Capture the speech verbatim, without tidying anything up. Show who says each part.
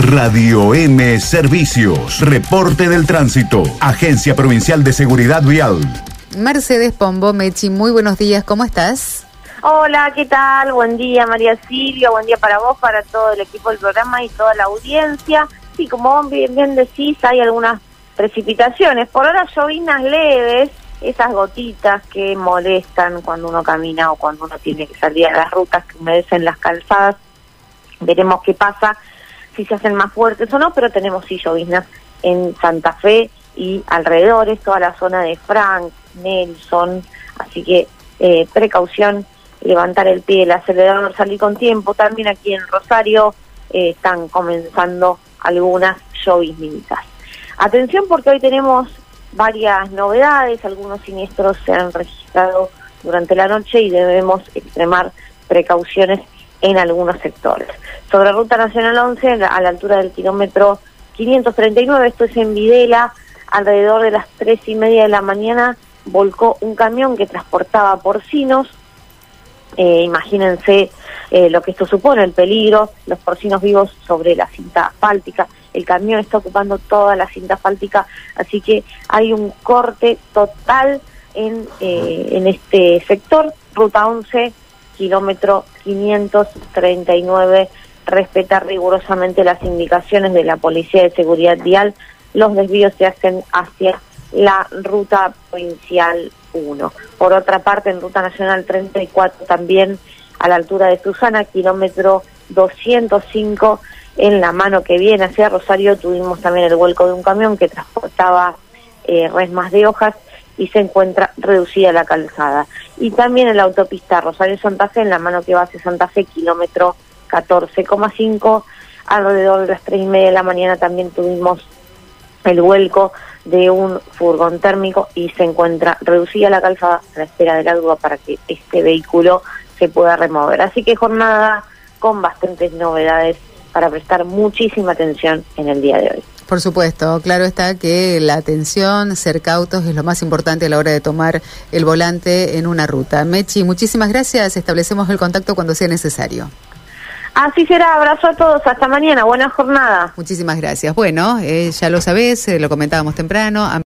Speaker 1: Radio M Servicios, reporte del tránsito, Agencia Provincial de Seguridad Vial.
Speaker 2: Mercedes Pombo, Mechi, muy buenos días, ¿cómo estás?
Speaker 3: Hola, ¿qué tal? Buen día, María Silvia, buen día para vos, para todo el equipo del programa y toda la audiencia. Sí, como vos bien, bien decís, hay algunas precipitaciones, por ahora llovinas leves, esas gotitas que molestan cuando uno camina o cuando uno tiene que salir a las rutas que humedecen las calzadas. Veremos qué pasa, si se hacen más fuertes o no, pero tenemos sí lloviznas en Santa Fe y alrededores, toda la zona de Frank, Nelson, así que eh, precaución, levantar el pie, el acelerador, salir con tiempo. También aquí en Rosario eh, están comenzando algunas lloviznitas. Atención porque hoy tenemos varias novedades, algunos siniestros se han registrado durante la noche y debemos extremar precauciones en algunos sectores. Sobre Ruta Nacional once, a la altura del kilómetro quinientos treinta y nueve, esto es en Videla, alrededor de las tres y media de la mañana, volcó un camión que transportaba porcinos. Eh, imagínense eh, lo que esto supone, el peligro, los porcinos vivos sobre la cinta asfáltica. El camión está ocupando toda la cinta asfáltica, así que hay un corte total en, eh, en este sector. Ruta once, kilómetro quinientos treinta y nueve, respeta rigurosamente las indicaciones de la Policía de Seguridad Vial. Los desvíos se hacen hacia la Ruta Provincial uno. Por otra parte, en Ruta Nacional treinta y cuatro, también a la altura de Susana, kilómetro doscientos cinco, en la mano que viene hacia Rosario, tuvimos también el vuelco de un camión que transportaba eh, resmas de hojas y se encuentra reducida la calzada. Y también en la autopista Rosario-Santa Fe, en la mano que va hacia Santa Fe, kilómetro catorce coma cinco, alrededor de las tres y media de la mañana también tuvimos el vuelco de un furgón térmico y se encuentra reducida la calzada a la espera de la grúa para que este vehículo se pueda remover. Así que jornada con bastantes novedades para prestar muchísima atención en el día de hoy.
Speaker 2: Por supuesto, claro está que la atención, ser cautos es lo más importante a la hora de tomar el volante en una ruta. Mechi, muchísimas gracias, establecemos el contacto cuando sea necesario.
Speaker 3: Así será, abrazo a todos, hasta mañana, buena jornada.
Speaker 2: Muchísimas gracias. Bueno, eh, ya lo sabés, eh, lo comentábamos temprano.